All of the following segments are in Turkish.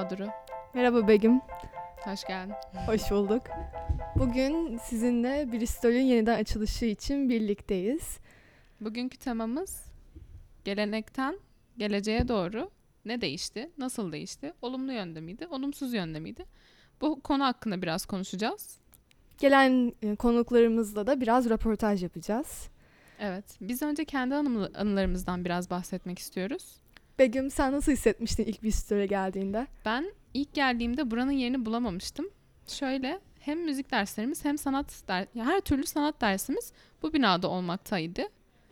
Merhaba Duru. Merhaba Begüm, Hoş geldin. hoş bulduk. Bugün sizinle Bristol'ün yeniden açılışı için birlikteyiz. Bugünkü temamız gelenekten geleceğe doğru ne değişti, nasıl değişti, olumlu yönde miydi, olumsuz yönde miydi? Bu konu hakkında biraz konuşacağız. Gelen konuklarımızla da biraz röportaj yapacağız. Evet, biz önce kendi anılarımızdan biraz bahsetmek istiyoruz. Begüm, sen nasıl hissetmiştin ilk Bristol'e geldiğinde? Ben ilk geldiğimde buranın yerini bulamamıştım. Şöyle, hem müzik derslerimiz hem her türlü sanat dersimiz bu binada olmaktaydı.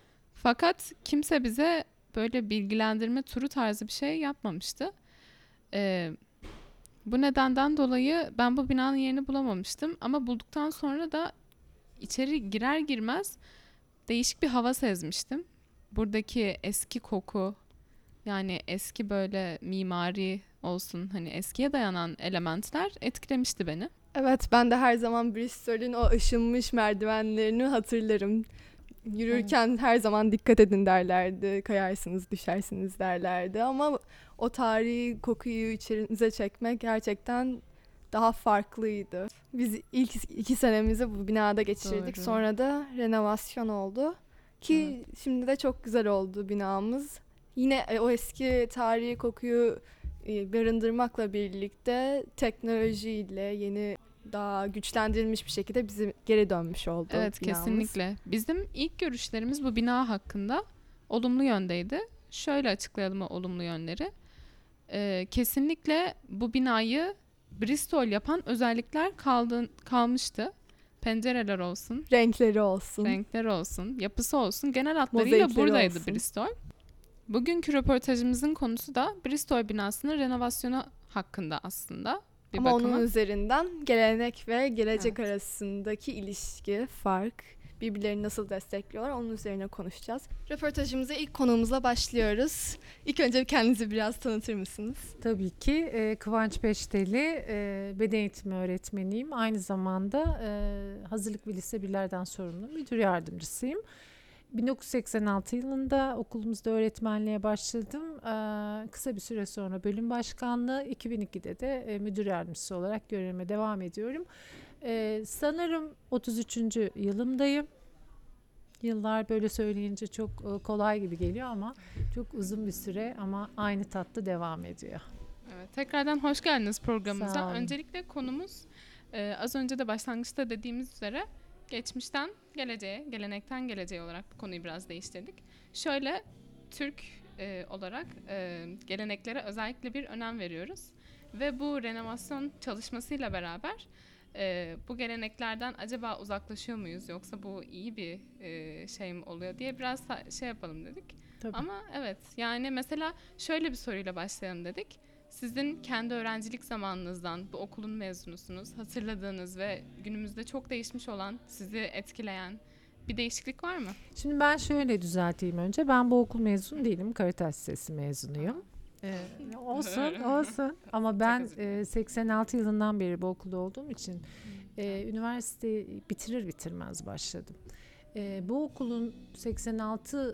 Fakat kimse bize böyle bilgilendirme turu tarzı bir şey yapmamıştı. Ee, Bu nedenden dolayı ben bu binanın yerini bulamamıştım. Ama bulduktan sonra da içeri girer girmez değişik bir hava sezmiştim. Buradaki eski koku, yani eski böyle mimari olsun, hani eskiye dayanan elementler etkilemişti beni. Evet, ben de her zaman Bristol'ün o ışınmış merdivenlerini hatırlarım. Yürürken her zaman dikkat edin derlerdi, kayarsınız, düşersiniz derlerdi. Ama o tarihi kokuyu içerinize çekmek gerçekten daha farklıydı. Biz ilk 2 senemizi bu binada geçirdik. Doğru. Sonra da renovasyon oldu. Ki şimdi de çok güzel oldu binamız. Yine o eski tarihi kokuyu barındırmakla birlikte teknolojiyle yeni daha güçlendirilmiş bir şekilde bize geri dönmüş oldu Evet, binamız. kesinlikle. Bizim ilk görüşlerimiz bu bina hakkında olumlu yöndeydi. Şöyle açıklayalım o olumlu yönleri. Kesinlikle bu binayı Bristol yapan özellikler kalmıştı. Pencereler olsun, Renkleri olsun. renkler olsun, yapısı olsun, genel hatlarıyla Mozaikleri buradaydı olsun. Bristol. Bugünkü röportajımızın konusu da Bristol binasının renovasyonu hakkında aslında bir Ama bakıma. onun üzerinden gelenek ve gelecek Evet. arasındaki ilişki, fark, birbirlerini nasıl destekliyorlar onun üzerine konuşacağız. Röportajımıza ilk konuğumuzla başlıyoruz. İlk önce kendinizi biraz tanıtır mısınız? Tabii ki Kıvanç Peşteli, beden eğitimi öğretmeniyim. Aynı zamanda hazırlık ve lise birlerden sorumlu müdür yardımcısıyım. 1986 yılında okulumuzda öğretmenliğe başladım. Kısa bir süre sonra bölüm başkanlığı, 2002'de de müdür yardımcısı olarak görevime devam ediyorum. Sanırım 33. yılımdayım. Yıllar böyle söyleyince çok kolay gibi geliyor ama çok uzun bir süre ama aynı tatlı devam ediyor. Evet, tekrardan hoş geldiniz programımıza. Sağ olun. Öncelikle konumuz az önce de başlangıçta dediğimiz üzere geçmişten geleceğe, gelenekten geleceğe olarak bu konuyu biraz değiştirdik. Şöyle Türk olarak geleneklere özellikle bir önem veriyoruz. Ve bu renovasyon çalışmasıyla beraber bu geleneklerden acaba uzaklaşıyor muyuz yoksa bu iyi bir şey mi oluyor diye biraz şey yapalım dedik. Tabii. Ama evet, yani mesela şöyle bir soruyla başlayalım dedik. Sizin kendi öğrencilik zamanınızdan, bu okulun mezunusunuz, hatırladığınız ve günümüzde çok değişmiş olan, sizi etkileyen bir değişiklik var mı? Şimdi ben şöyle düzelteyim önce. Ben bu okul mezunu değilim. Caritas Lisesi mezunuyum. Olsun. Ama ben 86 yılından beri bu okulda olduğum için üniversite bitirir bitirmez başladım. Bu okulun 86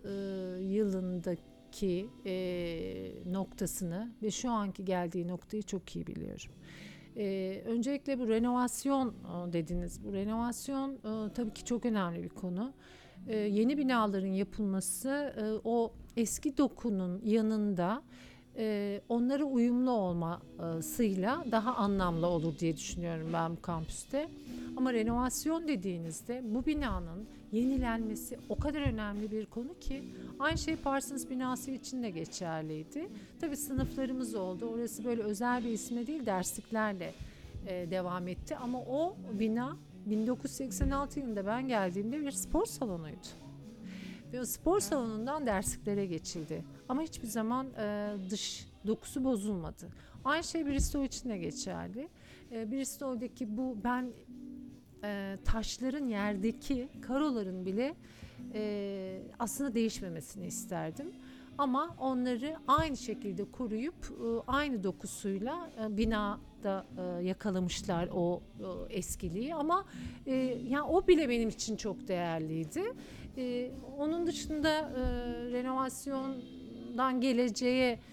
yılındaki noktasını ve şu anki geldiği noktayı çok iyi biliyorum. Öncelikle bu renovasyon dediniz. Bu renovasyon tabii ki çok önemli bir konu. Yeni binaların yapılması o eski dokunun yanında onlara uyumlu olmasıyla daha anlamlı olur diye düşünüyorum ben bu kampüste. Ama renovasyon dediğinizde bu binanın yenilenmesi o kadar önemli bir konu ki aynı şey Parsons binası için de geçerliydi. Tabii sınıflarımız oldu. Orası böyle özel bir isimle değil dersliklerle devam etti. Ama o bina 1986 yılında ben geldiğimde bir spor salonuydu. Ve o spor salonundan dersliklere geçildi. Ama hiçbir zaman dış dokusu bozulmadı. Aynı şey Bristol için de geçerli. Bristol'daki bu ben taşların yerdeki karoların bile aslında değişmemesini isterdim. Ama onları aynı şekilde koruyup aynı dokusuyla binada yakalamışlar o eskiliği. Ama yani o bile benim için çok değerliydi. Onun dışında renovasyondan geleceğe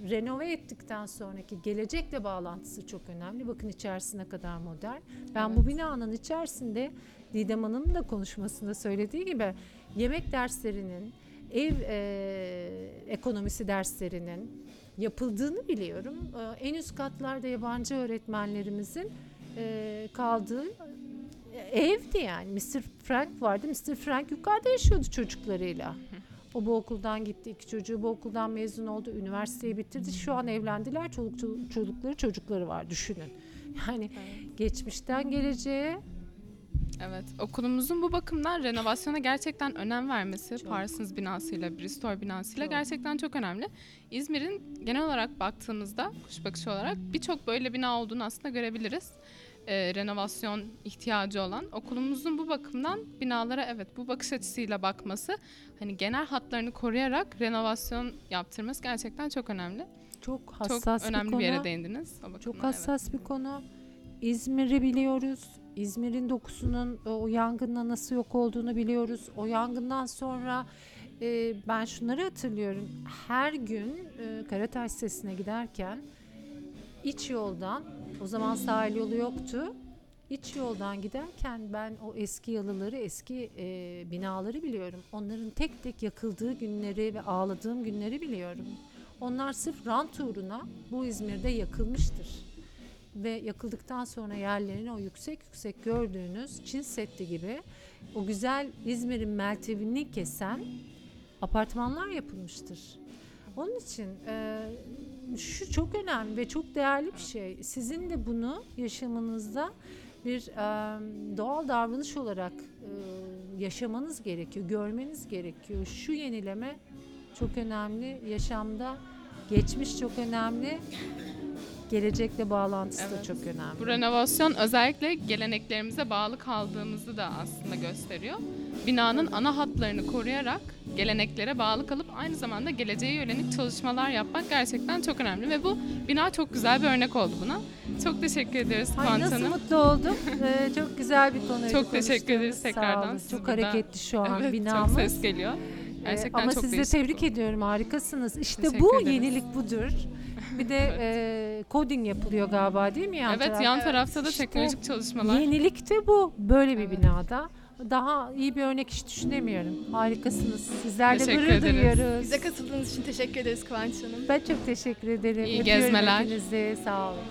renove ettikten sonraki gelecekle bağlantısı çok önemli. Bakın içerisine kadar modern. Ben Evet. bu binanın içerisinde Didem Hanım'ın da konuşmasında söylediği gibi yemek derslerinin, ev ekonomisi derslerinin yapıldığını biliyorum. En üst katlarda yabancı öğretmenlerimizin kaldığı evdi yani. Mr. Frank vardı. Mr. Frank yukarıda yaşıyordu çocuklarıyla. O bu okuldan gitti. 2 çocuğu bu okuldan mezun oldu. Üniversiteyi bitirdi. Şu an evlendiler. Çocukları var. Düşünün. Yani geçmişten geleceğe Evet, okulumuzun bu bakımdan renovasyona gerçekten önem vermesi, Çok. Parsons binasıyla, Bristol binasıyla Çok. gerçekten çok önemli. İzmir'in genel olarak baktığımızda, kuş bakışı olarak birçok böyle bina olduğunu aslında görebiliriz. Renovasyon ihtiyacı olan. Okulumuzun bu bakımdan binalara evet bu bakış açısıyla bakması, hani genel hatlarını koruyarak renovasyon yaptırması gerçekten çok önemli. çok Çok hassas bir önemli konu. bir yere değindiniz. O bakımdan, Çok evet. hassas bir konu. İzmir'i biliyoruz. İzmir'in dokusunun o yangınla nasıl yok olduğunu biliyoruz. O yangından sonra ben şunları hatırlıyorum. Her gün Karataş Sesi'ne giderken iç yoldan, o zaman sahil yolu yoktu. İç yoldan giderken ben o eski yalıları, eski binaları biliyorum. Onların tek tek yakıldığı günleri ve ağladığım günleri biliyorum. Onlar sırf rant uğruna bu İzmir'de yakılmıştır. Ve yakıldıktan sonra yerlerini o yüksek yüksek gördüğünüz Çin Seddi gibi o güzel İzmir'in meltemini kesen apartmanlar yapılmıştır. Onun için şu çok önemli ve çok değerli bir şey. Sizin de bunu yaşamınızda bir doğal davranış olarak yaşamanız gerekiyor, görmeniz gerekiyor. Şu yenileme çok önemli. Yaşamda geçmiş çok önemli. Gelecekle bağlantısı da Evet. çok önemli. Bu renovasyon özellikle geleneklerimize bağlı kaldığımızı da aslında gösteriyor. Binanın ana hatlarını koruyarak geleneklere bağlı kalıp aynı zamanda geleceğe yönelik çalışmalar yapmak gerçekten çok önemli ve bu bina çok güzel bir örnek oldu buna. Çok teşekkür ederiz Ay Kıvanç nasıl Hanım. mutlu oldum. Çok güzel bir konuydu. Çok teşekkür konuştuğumuz. ederiz Sağ tekrardan. olun. Sizi Çok burada- hareketli şu an Evet, binamız. çok ses geliyor. Gerçekten Ama çok sizi de değişik tebrik bu. ediyorum. Harikasınız. İşte Teşekkür bu ederiz. yenilik budur. Bir de coding yapılıyor galiba değil mi yan Evet, tarafta? yan tarafta da İşte teknolojik çalışmalar. Yenilik de bu. Böyle bir Evet. binada. Daha iyi bir örnek hiç düşünemiyorum. Harikasınız. Sizlerle Teşekkür gurur ederiz. duyuyoruz. Bize katıldığınız için teşekkür ederiz Kıvanç Hanım. Ben çok teşekkür ederim. İyi Öpüyorum gezmeler. hepinizi. Sağ olun.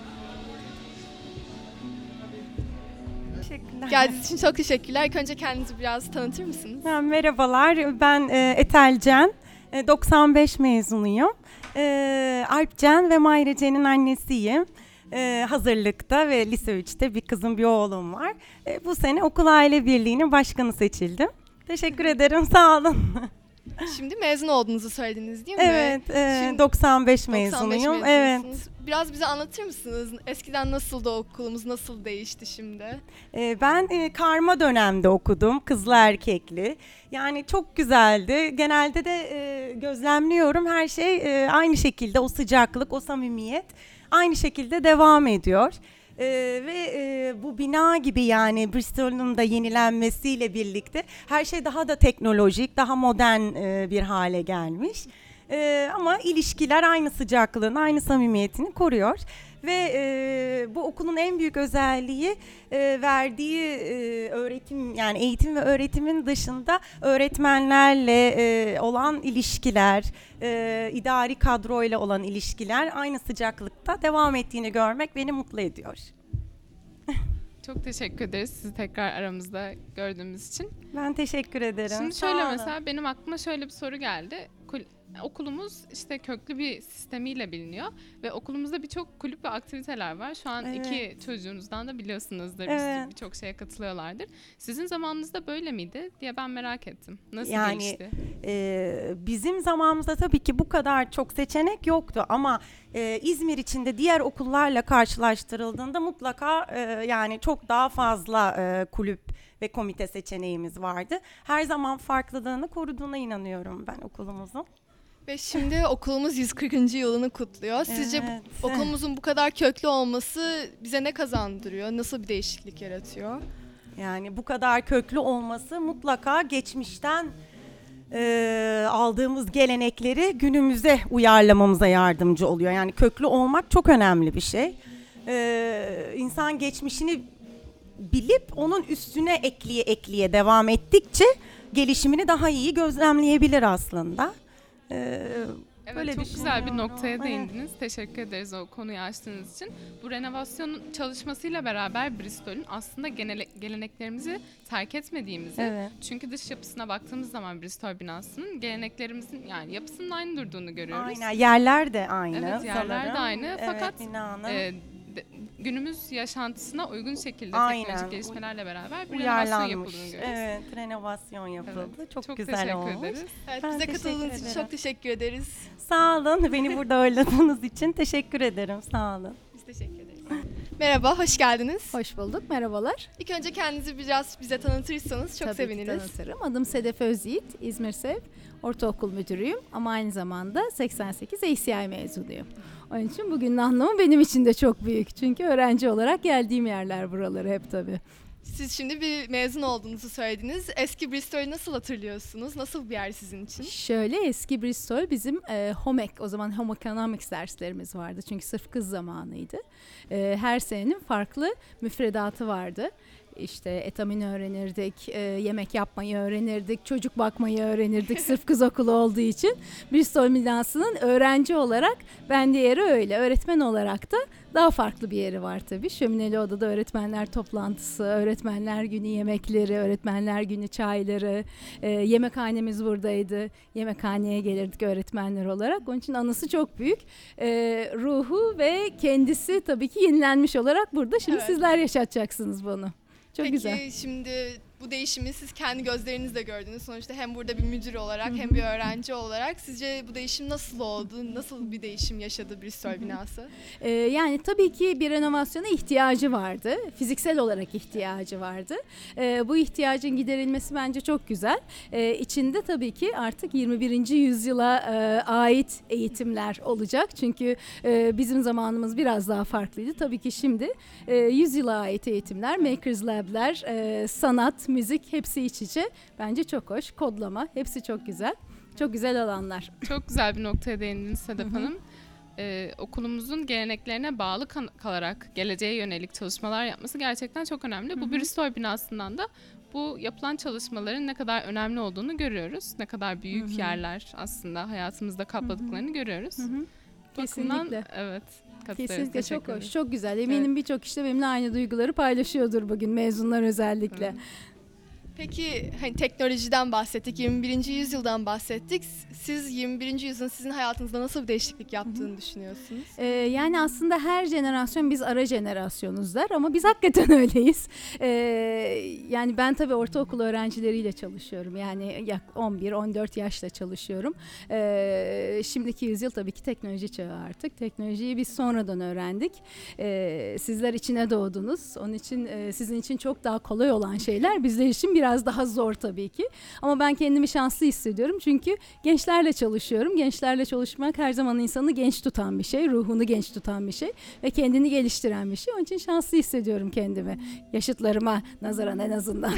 Teşekkürler. Geldiğiniz için çok teşekkürler. İlk önce kendinizi biraz tanıtır mısınız? Merhabalar, ben Etel Cen, 95 mezunuyum. Alp Cen ve Mayra Cen'in annesiyim. Hazırlıkta ve lise 3'te bir kızım bir oğlum var. Bu sene okul aile birliğinin başkanı seçildim. Teşekkür ederim, sağ olun. Şimdi mezun olduğunuzu söylediniz değil mi? Evet, Şimdi 95 95 mezunuyum. mezunusunuz. Evet. Biraz bize anlatır mısınız? Eskiden nasıldı okulumuz, nasıl değişti şimdi? Ben karma dönemde okudum, kızlı erkekli. Yani çok güzeldi. Genelde de gözlemliyorum her şey aynı şekilde, o sıcaklık, o samimiyet aynı şekilde devam ediyor. Ve bu bina gibi yani Bristol'un da yenilenmesiyle birlikte her şey daha da teknolojik, daha modern bir hale gelmiş. Ama ilişkiler aynı sıcaklığını, aynı samimiyetini koruyor. Ve bu okulun en büyük özelliği verdiği öğretim, yani eğitim ve öğretimin dışında öğretmenlerle olan ilişkiler, idari kadroyla olan ilişkiler aynı sıcaklıkta devam ettiğini görmek beni mutlu ediyor. Çok teşekkür ederiz sizi tekrar aramızda gördüğümüz için. Ben teşekkür ederim. Şimdi Sağ şöyle olun. mesela benim aklıma şöyle bir soru geldi. Okulumuz işte köklü bir sistemiyle biliniyor ve okulumuzda birçok kulüp ve aktiviteler var. Şu an Evet. 2 çocuğunuzdan da biliyorsunuzdur. Evet. Birçok şeye katılıyorlardır. Sizin zamanınızda böyle miydi diye ben merak ettim. Nasıl Yani, gelişti? Bizim zamanımızda tabii ki bu kadar çok seçenek yoktu ama İzmir içinde diğer okullarla karşılaştırıldığında mutlaka yani çok daha fazla kulüp ve komite seçeneğimiz vardı. Her zaman farklılığını koruduğuna inanıyorum ben okulumuzun. Ve şimdi okulumuz 140. yılını kutluyor. Sizce Evet. okulumuzun bu kadar köklü olması bize ne kazandırıyor? Nasıl bir değişiklik yaratıyor? Yani bu kadar köklü olması mutlaka geçmişten aldığımız gelenekleri günümüze uyarlamamıza yardımcı oluyor. Yani köklü olmak çok önemli bir şey. İnsan geçmişini bilip onun üstüne ekleye devam ettikçe gelişimini daha iyi gözlemleyebilir aslında. Evet, Böyle çok güzel bir düşünüyorum. noktaya Evet. değindiniz. Teşekkür ederiz o konuyu açtığınız için. Bu renovasyon çalışmasıyla beraber Bristol'ün aslında geleneklerimizi terk etmediğimizi, Evet. çünkü dış yapısına baktığımız zaman Bristol binasının geleneklerimizin yani yapısının aynı durduğunu görüyoruz. Aynen. Yerler de aynı. Evet, yerler de sanırım. aynı. Evet, Fakat binanın günümüz yaşantısına uygun şekilde Aynen. teknolojik gelişmelerle beraber bir renovasyon uyarlanmış. yapıldığını görüyoruz. Evet, renovasyon yapıldı. Evet, çok çok güzel teşekkür olmuş. ederiz. Evet, Ben bize teşekkür katıldığınız için ederim. çok teşekkür ederiz. Sağ olun. Beni burada ağırladığınız için teşekkür ederim. Sağ olun. Biz teşekkür ederiz. Merhaba, hoş geldiniz. Hoş bulduk, merhabalar. İlk önce kendinizi biraz bize tanıtırsanız çok Tabii ki seviniriz. tanıtırım. Adım Sedef Özyiğit, İzmir Sev Ortaokul Müdürüyüm ama aynı zamanda 88 ACI mezunuyum. Onun için bugünün anlamı benim için de çok büyük. Çünkü öğrenci olarak geldiğim yerler buraları hep tabii. Siz şimdi bir mezun olduğunuzu söylediniz. Eski Bristol'ü nasıl hatırlıyorsunuz? Nasıl bir yer sizin için? Şöyle eski Bristol bizim HOMEC, o zaman Home Economics derslerimiz vardı. Çünkü sırf kız zamanıydı. Her senenin farklı müfredatı vardı. İşte etamin öğrenirdik, yemek yapmayı öğrenirdik, çocuk bakmayı öğrenirdik sırf kız okulu olduğu için. Bristol binasının öğrenci olarak bende yeri öyle. Öğretmen olarak da daha farklı bir yeri var tabii. Şömineli Oda'da öğretmenler toplantısı, öğretmenler günü yemekleri, öğretmenler günü çayları, yemekhanemiz buradaydı. Yemekhaneye gelirdik öğretmenler olarak. Onun için anısı çok büyük. Ruhu ve kendisi tabii ki yenilenmiş olarak burada. Şimdi Evet. sizler yaşatacaksınız bunu. Çok Peki güzel. şimdi bu değişimi siz kendi gözlerinizle gördünüz. Sonuçta hem burada bir müdür olarak hem bir öğrenci olarak. Sizce bu değişim nasıl oldu? Nasıl bir değişim yaşadı Bristol binası? Yani tabii ki bir renovasyona ihtiyacı vardı. Fiziksel olarak ihtiyacı vardı. Bu ihtiyacın giderilmesi bence çok güzel. İçinde tabii ki artık 21. yüzyıla ait eğitimler olacak. Çünkü bizim zamanımız biraz daha farklıydı. Tabii ki şimdi yüzyıla ait eğitimler, Makers Lab'ler, sanat, müzik hepsi iç içe. Bence çok hoş. Kodlama hepsi çok güzel. Çok güzel alanlar. Çok güzel bir noktaya değindiniz Sedef Hanım. Okulumuzun geleneklerine bağlı kalarak geleceğe yönelik çalışmalar yapması gerçekten çok önemli. Bu Bristol binasından da bu yapılan çalışmaların ne kadar önemli olduğunu görüyoruz. Ne kadar büyük yerler aslında hayatımızda kapladıklarını görüyoruz. Bu bakımdan, Kesinlikle. evet. katılıyoruz. Kesinlikle çok Teşekkür hoş, ederim. çok güzel. Eminim birçok işte benimle aynı duyguları paylaşıyordur bugün mezunlar özellikle. Evet. Peki hani teknolojiden bahsettik, 21. yüzyıldan bahsettik. Siz 21. yüzyılın sizin hayatınızda nasıl bir değişiklik yaptığını düşünüyorsunuz? Yani aslında her jenerasyon biz ara jenerasyonuzlar ama biz hakikaten öyleyiz. Yani ben tabii ortaokul öğrencileriyle çalışıyorum. Yani 11-14 yaşla çalışıyorum. Şimdiki yüzyıl tabii ki teknoloji çağı artık. Teknolojiyi biz sonradan öğrendik. Sizler içine doğdunuz. Onun için sizin için çok daha kolay olan şeyler bizler için biraz daha zor tabii ki. Ama ben kendimi şanslı hissediyorum. Çünkü gençlerle çalışıyorum. Gençlerle çalışmak her zaman insanı genç tutan bir şey. Ruhunu genç tutan bir şey. Ve kendini geliştiren bir şey. Onun için şanslı hissediyorum kendimi. Yaşıtlarıma nazaran en azından.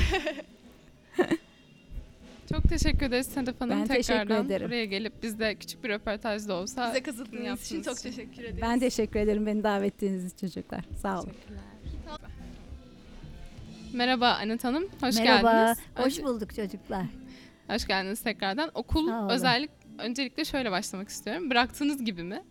Çok teşekkür ederiz Sedef Hanım. Ben teşekkür Tekrardan ederim. buraya gelip bizde küçük bir röportaj da olsa Bize katıldığınız için yaptığınız çok için. teşekkür ederiz. Ben teşekkür ederim beni davet ettiğiniz için çocuklar. Sağ olun. Merhaba Anıt Hanım, hoş Merhaba, geldiniz. hoş bulduk çocuklar. Hoş geldiniz tekrardan. Okul Sağ olun. öncelikle şöyle başlamak istiyorum. Bıraktığınız gibi mi?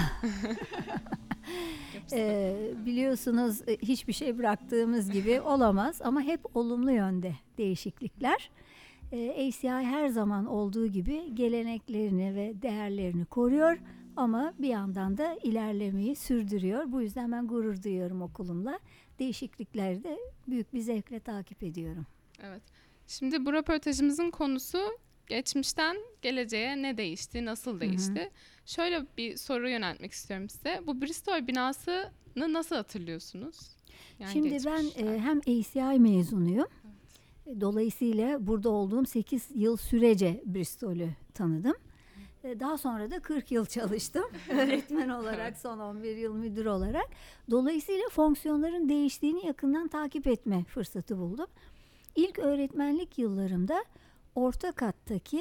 Biliyorsunuz hiçbir şey bıraktığımız gibi olamaz ama hep olumlu yönde değişiklikler. ACI her zaman olduğu gibi geleneklerini ve değerlerini koruyor ama bir yandan da ilerlemeyi sürdürüyor. Bu yüzden ben gurur duyuyorum okulumla. Değişiklikleri de büyük bir zevkle takip ediyorum. Evet. Şimdi bu röportajımızın konusu geçmişten geleceğe ne değişti, nasıl değişti? Şöyle bir soru yöneltmek istiyorum size. Bu Bristol binasını nasıl hatırlıyorsunuz? Yani Şimdi geçmişten. ben hem ACI mezunuyum. Dolayısıyla burada olduğum 8 yıl sürece Bristol'ü tanıdım. Daha sonra da 40 yıl çalıştım öğretmen olarak, son 11 yıl müdür olarak. Dolayısıyla fonksiyonların değiştiğini yakından takip etme fırsatı buldum. İlk öğretmenlik yıllarımda orta kattaki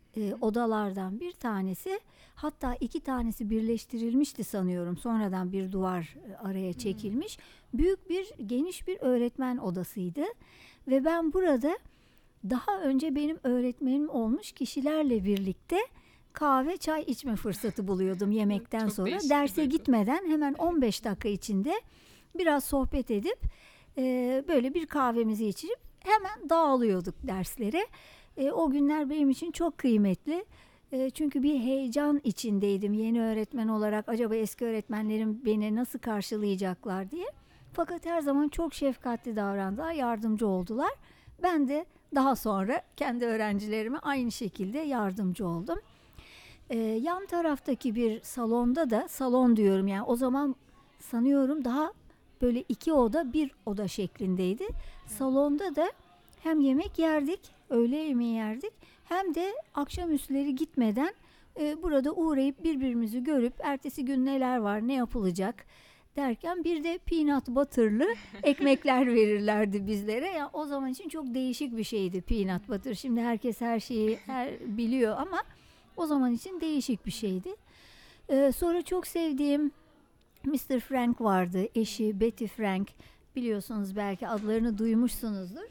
odalardan bir tanesi, hatta 2 tanesi birleştirilmişti sanıyorum. Sonradan bir duvar araya çekilmiş. Büyük bir, geniş bir öğretmen odasıydı. Ve ben burada daha önce benim öğretmenim olmuş kişilerle birlikte kahve, çay içme fırsatı buluyordum yemekten Çok sonra. değişik Derse bir duygu. gitmeden hemen 15 dakika içinde biraz sohbet edip böyle bir kahvemizi içip hemen dağılıyorduk derslere. O günler benim için çok kıymetli. Çünkü bir heyecan içindeydim yeni öğretmen olarak. Acaba eski öğretmenlerim beni nasıl karşılayacaklar diye. Fakat her zaman çok şefkatli davrandılar, yardımcı oldular. Ben de daha sonra kendi öğrencilerime aynı şekilde yardımcı oldum. Yan taraftaki bir salonda da, salon diyorum yani o zaman sanıyorum daha böyle 2 oda 1 oda şeklindeydi. Salonda da hem yemek yerdik, öğle yemeği yerdik, hem de akşamüstleri gitmeden burada uğrayıp birbirimizi görüp ertesi gün neler var, ne yapılacak derken bir de peanut butter'lı ekmekler verirlerdi bizlere. Ya o zaman için çok değişik bir şeydi peanut butter. Şimdi herkes her şeyi biliyor ama o zaman için değişik bir şeydi. Sonra çok sevdiğim Mr. Frank vardı. Eşi Betty Frank. Biliyorsunuz, belki adlarını duymuşsunuzdur.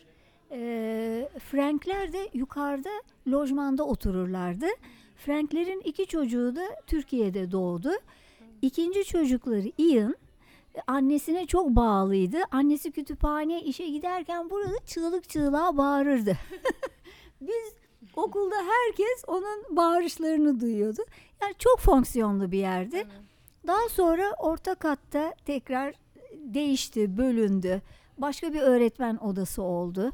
Frankler de yukarıda lojmanda otururlardı. Franklerin 2 çocuğu da Türkiye'de doğdu. İkinci çocukları Ian annesine çok bağlıydı. Annesi kütüphaneye işe giderken burada çığlık çığlığa bağırırdı. Biz okulda herkes onun bağırışlarını duyuyordu. Yani çok fonksiyonlu bir yerdi. Evet. Daha sonra orta katta tekrar değişti, bölündü. Başka bir öğretmen odası oldu.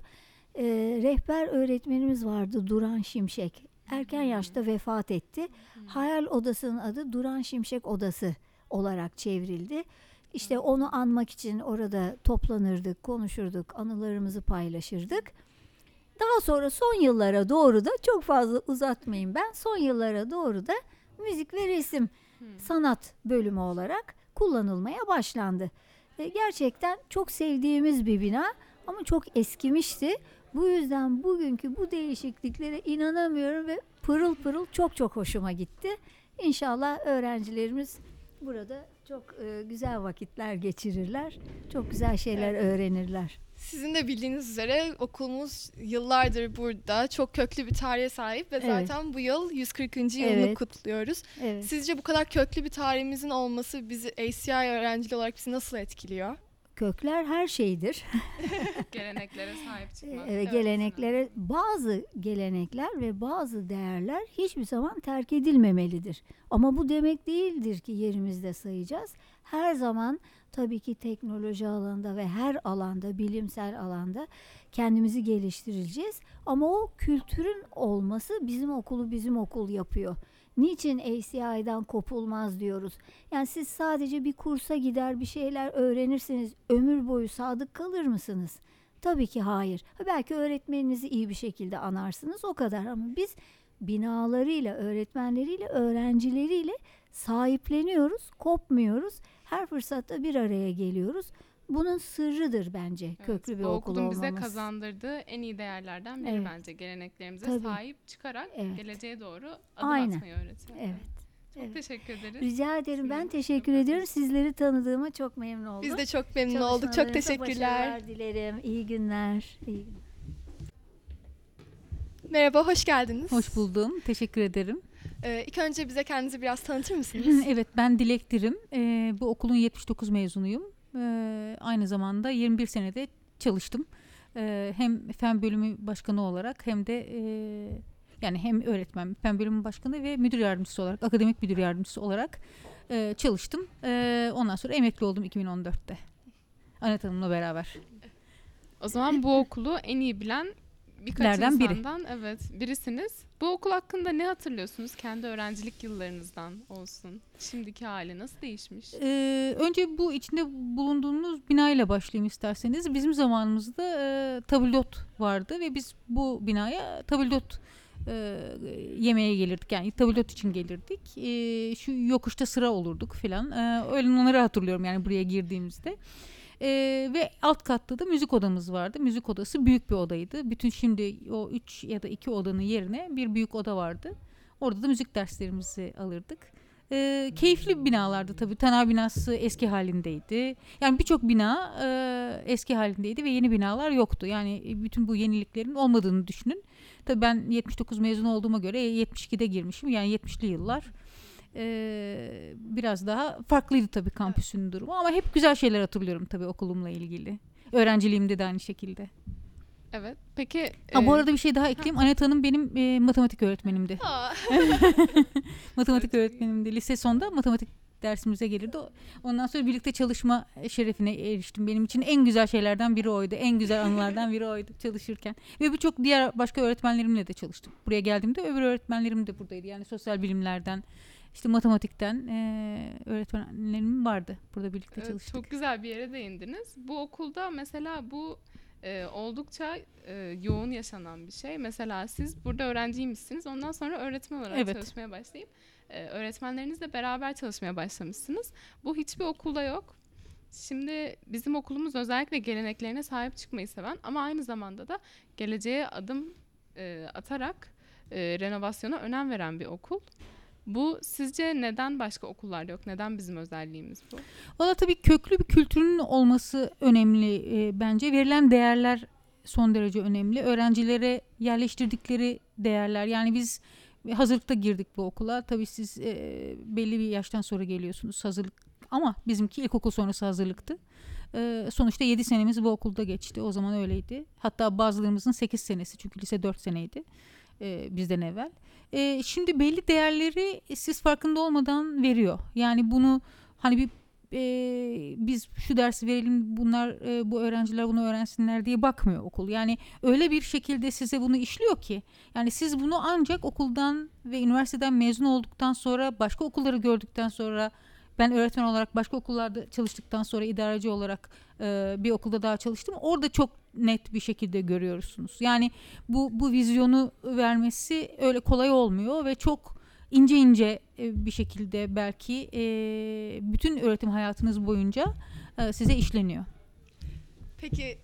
Rehber öğretmenimiz vardı, Duran Şimşek. Erken yaşta vefat etti. Hayal odasının adı Duran Şimşek Odası olarak çevrildi. İşte onu anmak için orada toplanırdık, konuşurduk, anılarımızı paylaşırdık. Daha sonra son yıllara doğru da, çok fazla uzatmayayım ben, son yıllara doğru da müzik ve resim sanat bölümü olarak kullanılmaya başlandı. Gerçekten çok sevdiğimiz bir bina ama çok eskimişti. Bu yüzden bugünkü bu değişikliklere inanamıyorum ve pırıl pırıl, çok çok hoşuma gitti. İnşallah öğrencilerimiz burada çok güzel vakitler geçirirler. Çok güzel şeyler öğrenirler. Sizin de bildiğiniz üzere okulumuz yıllardır burada. Çok köklü bir tarihe sahip ve zaten bu yıl 140. yılını Evet. kutluyoruz. Evet. Sizce bu kadar köklü bir tarihimizin olması bizi, ACI öğrencileri olarak bizi nasıl etkiliyor? Kökler her şeydir. Geleneklere sahip çıkmak. Ve geleneklere, bazı gelenekler ve bazı değerler hiçbir zaman terk edilmemelidir. Ama bu demek değildir ki yerimizde sayacağız. Her zaman tabii ki teknoloji alanında ve her alanda, bilimsel alanda kendimizi geliştireceğiz. Ama o kültürün olması bizim okulu bizim okul yapıyor. Niçin ACI'den kopulmaz diyoruz? Yani siz sadece bir kursa gider bir şeyler öğrenirsiniz, ömür boyu sadık kalır mısınız? Tabii ki hayır. Belki öğretmeninizi iyi bir şekilde anarsınız, o kadar, ama biz binalarıyla, öğretmenleriyle, öğrencileriyle sahipleniyoruz, kopmuyoruz. Her fırsatta bir araya geliyoruz. Bunun sırrıdır bence köklü bir bu okul okulun olmamız. bize kazandırdığı en iyi değerlerden biri Evet. bence. Geleneklerimize Tabii. sahip çıkarak Evet. geleceğe doğru adım Aynen. atmayı öğretiyor. Evet. Çok Evet. teşekkür ederiz. Rica ederim. Ben Sizin teşekkür röportajınız ediyorum. Sizleri tanıdığıma çok memnun oldum. Biz de çok memnun olduk. Çok Çalışmalarınıza teşekkürler. başarılar dilerim. İyi günler. İyi günler. Merhaba, hoş geldiniz. Hoş buldum. Teşekkür ederim. İlk önce bize kendinizi biraz tanıtır mısınız? Evet, ben Dilek Dirim. Bu okulun 79 mezunuyum. Aynı zamanda 21 senede çalıştım. Hem fen bölümü başkanı olarak hem de yani hem öğretmen, fen bölümü başkanı ve müdür yardımcısı olarak, akademik müdür yardımcısı olarak çalıştım. Ondan sonra emekli oldum 2014'te. Anet Hanım'la beraber. O zaman bu okulu en iyi bilen birkaç Lerden biri. insandan birisiniz. Bu okul hakkında ne hatırlıyorsunuz? Kendi öğrencilik yıllarınızdan olsun. Şimdiki hali nasıl değişmiş? Önce bu içinde bulunduğumuz binayla başlayayım isterseniz. Bizim zamanımızda tabildot vardı ve biz bu binaya tabildot yemeğe gelirdik. Yani tabildot için gelirdik. Şu yokuşta sıra olurduk filan. Öyle onları hatırlıyorum yani buraya girdiğimizde. Ve alt katta da müzik odamız vardı. Müzik odası büyük bir odaydı. Bütün şimdi o 3 ya da 2 odanın yerine bir büyük oda vardı. Orada da müzik derslerimizi alırdık. Keyifli binalardı tabii. Tanar binası eski halindeydi. Yani birçok bina eski halindeydi ve yeni binalar yoktu. Yani bütün bu yeniliklerin olmadığını düşünün. Tabii ben 79 mezun olduğuma göre 72'de girmişim. Yani 70'li yıllar. Biraz daha farklıydı tabii kampüsün durumu. Ama hep güzel şeyler hatırlıyorum tabii okulumla ilgili. Öğrenciliğimde de aynı şekilde. Evet. Peki Bu arada bir şey daha ekleyeyim. Anet Hanım benim matematik öğretmenimdi. Matematik öğretmenimdi. Lise sonda matematik dersimize gelirdi. Ondan sonra birlikte çalışma şerefine eriştim. Benim için en güzel şeylerden biri oydu. En güzel anılardan biri oydu çalışırken. Ve birçok diğer başka öğretmenlerimle de çalıştım. Buraya geldiğimde öbür öğretmenlerim de buradaydı. Yani sosyal bilimlerden, işte matematikten öğretmenlerim vardı. Burada birlikte çalıştık. Çok güzel bir yere değindiniz. Bu okulda mesela bu oldukça yoğun yaşanan bir şey. Mesela siz burada öğrenciymişsiniz. Ondan sonra öğretmen olarak çalışmaya başlayıp öğretmenlerinizle beraber çalışmaya başlamışsınız. Bu hiçbir okulda yok. Şimdi bizim okulumuz özellikle geleneklerine sahip çıkmayı seven ama aynı zamanda da geleceğe adım atarak renovasyona önem veren bir okul. Bu sizce neden başka okullarda yok? Neden bizim özelliğimiz bu? Valla tabii köklü bir kültürün olması önemli bence. Verilen değerler son derece önemli. Öğrencilere yerleştirdikleri değerler. Yani biz hazırlıkta girdik bu okula. Tabii siz belli bir yaştan sonra geliyorsunuz hazırlık. Ama bizimki ilkokul sonrası hazırlıktı. Sonuçta 7 senemiz bu okulda geçti. O zaman öyleydi. Hatta bazılarımızın 8 senesi. Çünkü lise 4 seneydi. Bizden evvel. Şimdi belli değerleri siz farkında olmadan veriyor. Yani bunu hani biz şu dersi verelim bunlar bu öğrenciler bunu öğrensinler diye bakmıyor okul. Yani öyle bir şekilde size bunu işliyor ki yani siz bunu ancak okuldan ve üniversiteden mezun olduktan sonra başka okulları gördükten sonra ben öğretmen olarak başka okullarda çalıştıktan sonra idareci olarak bir okulda daha çalıştım. Orada çok net bir şekilde görüyorsunuz. Yani bu vizyonu vermesi öyle kolay olmuyor ve çok ince bir şekilde belki bütün öğretim hayatınız boyunca size işleniyor. Peki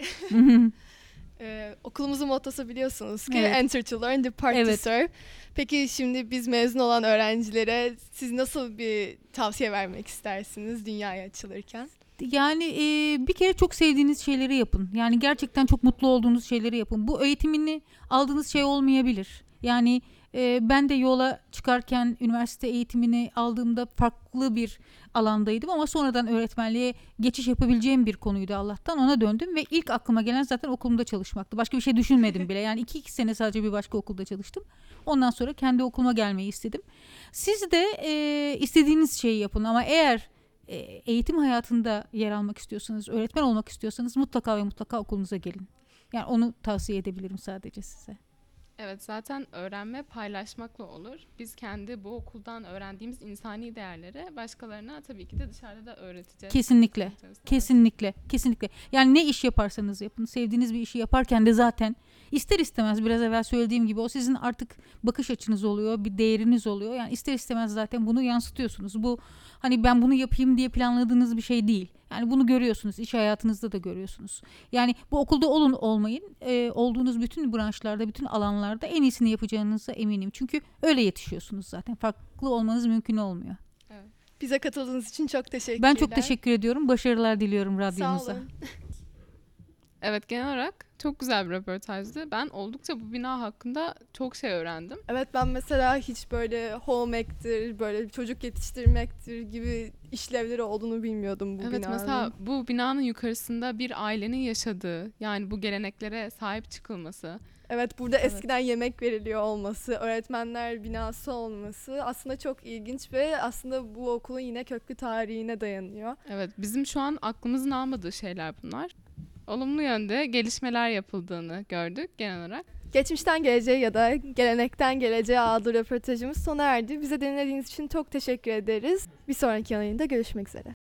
okulumuzun mottosu biliyorsunuz ki Enter to learn, depart to serve. Peki şimdi biz mezun olan öğrencilere siz nasıl bir tavsiye vermek istersiniz dünyaya açılırken? Yani bir kere çok sevdiğiniz şeyleri yapın. Yani gerçekten çok mutlu olduğunuz şeyleri yapın. Bu eğitimini aldığınız şey olmayabilir. Yani ben de yola çıkarken üniversite eğitimini aldığımda farklı bir alandaydım ama sonradan öğretmenliğe geçiş yapabileceğim bir konuydu Allah'tan. Ona döndüm ve ilk aklıma gelen zaten okulumda çalışmaktı. Başka bir şey düşünmedim bile. Yani 2 sene sadece bir başka okulda çalıştım. Ondan sonra kendi okuluma gelmeyi istedim. Siz de istediğiniz şeyi yapın ama eğer eğitim hayatında yer almak istiyorsanız, öğretmen olmak istiyorsanız mutlaka ve mutlaka okulunuza gelin. Yani onu tavsiye edebilirim sadece size. Evet, zaten öğrenme paylaşmakla olur. Biz kendi bu okuldan öğrendiğimiz insani değerleri başkalarına tabii ki de dışarıda da öğreteceğiz. Kesinlikle. Kesinlikle. Yani ne iş yaparsanız yapın, sevdiğiniz bir işi yaparken de zaten ister istemez biraz evvel söylediğim gibi o sizin artık bakış açınız oluyor, bir değeriniz oluyor. Yani ister istemez zaten bunu yansıtıyorsunuz. Bu hani ben bunu yapayım diye planladığınız bir şey değil. Yani bunu görüyorsunuz, iş hayatınızda da görüyorsunuz. Yani bu okulda olun olmayın, olduğunuz bütün branşlarda, bütün alanlarda en iyisini yapacağınıza eminim. Çünkü öyle yetişiyorsunuz zaten. Farklı olmanız mümkün olmuyor. Evet. Bize katıldığınız için çok teşekkürler. Ben çok teşekkür ediyorum. Başarılar diliyorum radyomuza. Sağ olun. Evet, genel olarak çok güzel bir röportajdı. Ben oldukça bu bina hakkında çok şey öğrendim. Evet, ben mesela hiç böyle home ec'tir, böyle çocuk yetiştirmektir gibi işlevleri olduğunu bilmiyordum bu binanın. Evet, mesela bu binanın yukarısında bir ailenin yaşadığı, yani bu geleneklere sahip çıkılması. Evet, burada eskiden yemek veriliyor olması, öğretmenler binası olması aslında çok ilginç ve aslında bu okulun yine köklü tarihine dayanıyor. Evet, bizim şu an aklımızın almadığı şeyler bunlar. Olumlu yönde gelişmeler yapıldığını gördük genel olarak. Geçmişten geleceğe ya da gelenekten geleceğe adlı röportajımız sona erdi. Bize dinlediğiniz için çok teşekkür ederiz. Bir sonraki yayında görüşmek üzere.